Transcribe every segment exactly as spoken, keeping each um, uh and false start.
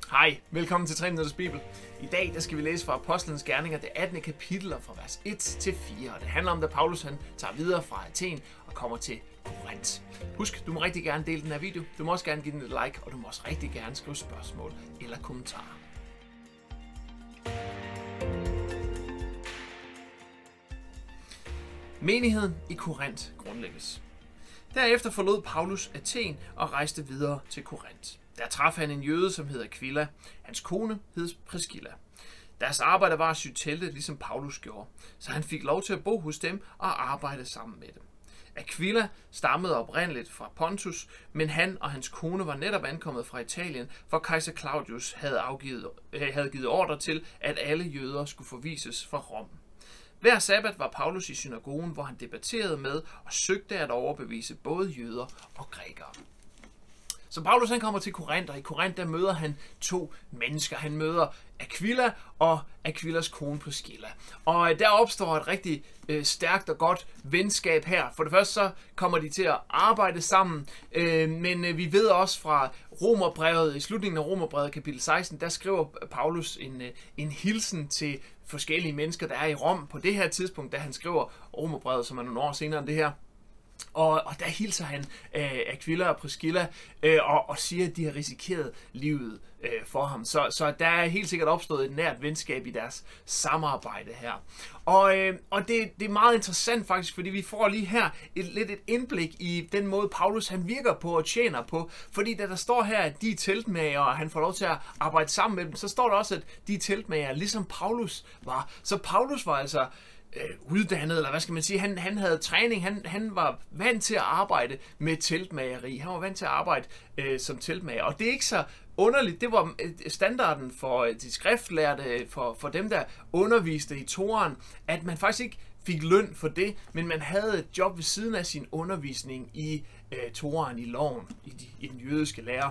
Hej, velkommen til tre minutters Bibel. I dag der skal vi læse fra Apostlenes Gerninger, det attende kapitel fra vers et til fire. Og det handler om, da Paulus han tager videre fra Athen og kommer til Korinth. Husk, du må rigtig gerne dele den her video. Du må også gerne give den et like, og du må også rigtig gerne skrive spørgsmål eller kommentarer. Menigheden i Korinth grundlægges. Derefter forlod Paulus Athen og rejste videre til Korinth. Der traf han en jøde, som hed Aquila. Hans kone hed Priscilla. Deres arbejde var at sy telte, ligesom Paulus gjorde, så han fik lov til at bo hos dem og arbejde sammen med dem. Aquila stammede oprindeligt fra Pontus, men han og hans kone var netop ankommet fra Italien, hvor kejser Claudius havde, afgivet, havde givet ordre til, at alle jøder skulle forvises fra Rom. Hver sabbat var Paulus i synagogen, hvor han debatterede med og søgte at overbevise både jøder og grækere. Så Paulus han kommer til Korinth, og i Korinth der møder han to mennesker. Han møder Aquila og Aquilas kone Priscilla. Og der opstår et rigtig øh, stærkt og godt venskab her. For det første så kommer de til at arbejde sammen, øh, men øh, vi ved også fra Romerbrevet, i slutningen af Romerbrevet kapitel seksten, der skriver Paulus en, øh, en hilsen til forskellige mennesker, der er i Rom på det her tidspunkt, da han skriver Romerbrevet, som er nogle år senere end det her. Og, og der hilser han øh, Aquila og Priscilla øh, og, og siger, at de har risikeret livet øh, for ham. Så, så der er helt sikkert opstået et nært venskab i deres samarbejde her. Og, øh, og det, det er meget interessant faktisk, fordi vi får lige her et, lidt et indblik i den måde, Paulus han virker på og tjener på. Fordi da der står her, at de er teltmager, og han får lov til at arbejde sammen med dem, så står der også, at de er teltmager, ligesom Paulus var. Så Paulus var altså uddannet, eller hvad skal man sige, han, han havde træning, han, han var vant til at arbejde med teltmageri, han var vant til at arbejde øh, som teltmager, og det er ikke så underligt, det var standarden for de skriftlærte, for, for dem der underviste i Toraen, at man faktisk ikke fik løn for det, men man havde et job ved siden af sin undervisning i øh, Toraen, i loven, i, de, i den jødiske lære.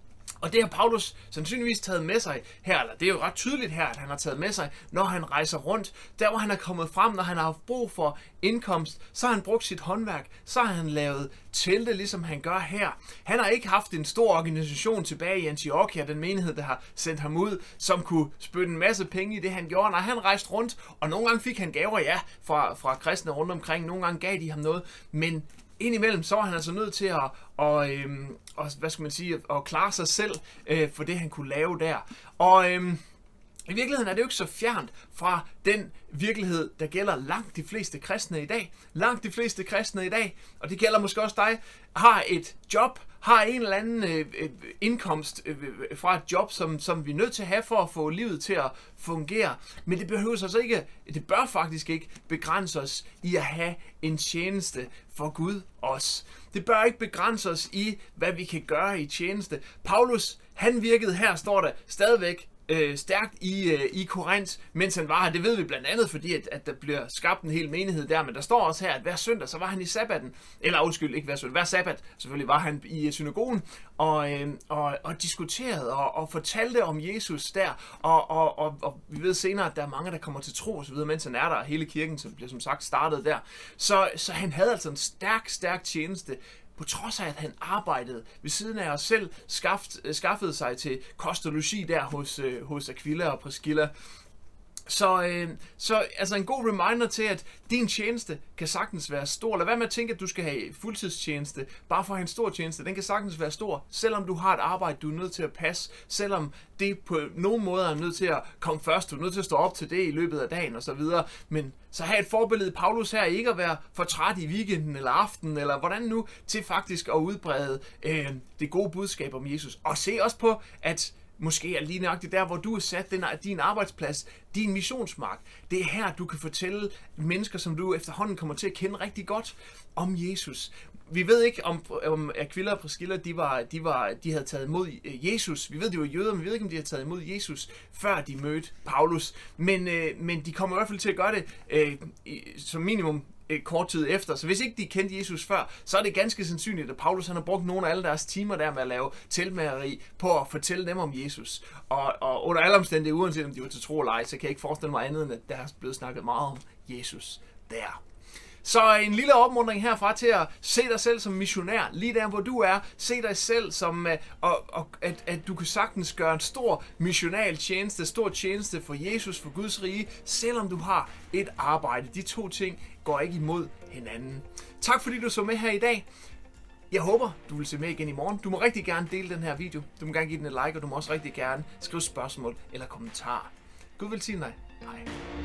Og det har Paulus sandsynligvis taget med sig her, eller det er jo ret tydeligt her, at han har taget med sig, når han rejser rundt. Der hvor han er kommet frem, når han har haft brug for indkomst, så har han brugt sit håndværk, så har han lavet telte, ligesom han gør her. Han har ikke haft en stor organisation tilbage i Antiochia, den menighed, der har sendt ham ud, som kunne spytte en masse penge i det, han gjorde. Når han rejste rundt, og nogle gange fik han gaver, ja, fra, fra kristne rundt omkring, nogle gange gav de ham noget, men indimellem så var han altså nødt til at, og, øhm, og, hvad skal man sige, at klare sig selv øh, for det, han kunne lave der. Og øhm, i virkeligheden er det jo ikke så fjernt fra den virkelighed, der gælder langt de fleste kristne i dag. Langt de fleste kristne i dag, og det gælder måske også dig, har et job, har en eller anden øh, indkomst øh, fra et job, som, som vi er nødt til at have for at få livet til at fungere. Men det behøver altså ikke, det bør faktisk ikke begrænse os i at have en tjeneste for Gud også. Det bør ikke begrænse os i, hvad vi kan gøre i tjeneste. Paulus, han virkede her, står der stadigvæk, Øh, stærkt i, øh, i Korinth, mens han var her. Det ved vi blandt andet, fordi at, at der bliver skabt en hel menighed der, men der står også her, at hver søndag, så var han i sabbaten, eller undskyld, ikke hver søndag, hver sabbat, selvfølgelig var han i synagogen, og, øh, og, og diskuterede og, og fortalte om Jesus der, og, og, og, og vi ved senere, at der er mange, der kommer til tro, og så videre, mens han er der, og hele kirken, som bliver som sagt startet der. Så, så han havde altså en stærk, stærk tjeneste, på trods af, at han arbejdede ved siden af os selv, skaft, skaffede sig til kost og logi der hos, øh, hos Aquila og Priscilla. Så, øh, så altså en god reminder til, at din tjeneste kan sagtens være stor. Lad være med at tænke, at du skal have fuldtidstjeneste, bare for at have en stor tjeneste. Den kan sagtens være stor, selvom du har et arbejde, du er nødt til at passe, selvom det på nogen måde er nødt til at komme først, du er nødt til at stå op til det i løbet af dagen osv. Men så have et forbillede Paulus her, ikke at være for træt i weekenden eller aftenen, eller hvordan nu, til faktisk at udbrede øh, det gode budskab om Jesus. Og se også på, at måske er lige nøjagtigt der, hvor du er sat, den, din arbejdsplads, din missionsmark. Det er her, du kan fortælle mennesker, som du efterhånden kommer til at kende rigtig godt, om Jesus. Vi ved ikke, om, om Aquila og Priscilla, de, var, de, var, de havde taget imod Jesus. Vi ved, de var jøder, men vi ved ikke, om de havde taget imod Jesus, før de mødte Paulus. Men, øh, men de kommer i hvert fald til at gøre det øh, som minimum kort tid efter. Så hvis ikke de kendte Jesus før, så er det ganske sandsynligt, at Paulus han har brugt nogle af alle deres timer der med at lave teltmageri på at fortælle dem om Jesus. Og, og under alle omstændigheder, uanset om de var til tro eller ej, så kan jeg ikke forestille mig andet, end at der er blevet snakket meget om Jesus der. Så en lille opmuntring herfra til at se dig selv som missionær, lige der hvor du er. Se dig selv som, og, og, at, at du kan sagtens gøre en stor missional tjeneste, stor tjeneste for Jesus, for Guds rige, selvom du har et arbejde. De to ting går ikke imod hinanden. Tak fordi du så med her i dag. Jeg håber, du vil se med igen i morgen. Du må rigtig gerne dele den her video. Du må gerne give den et like, og du må også rigtig gerne skrive spørgsmål eller kommentarer. Gud velsigne dig. Hej.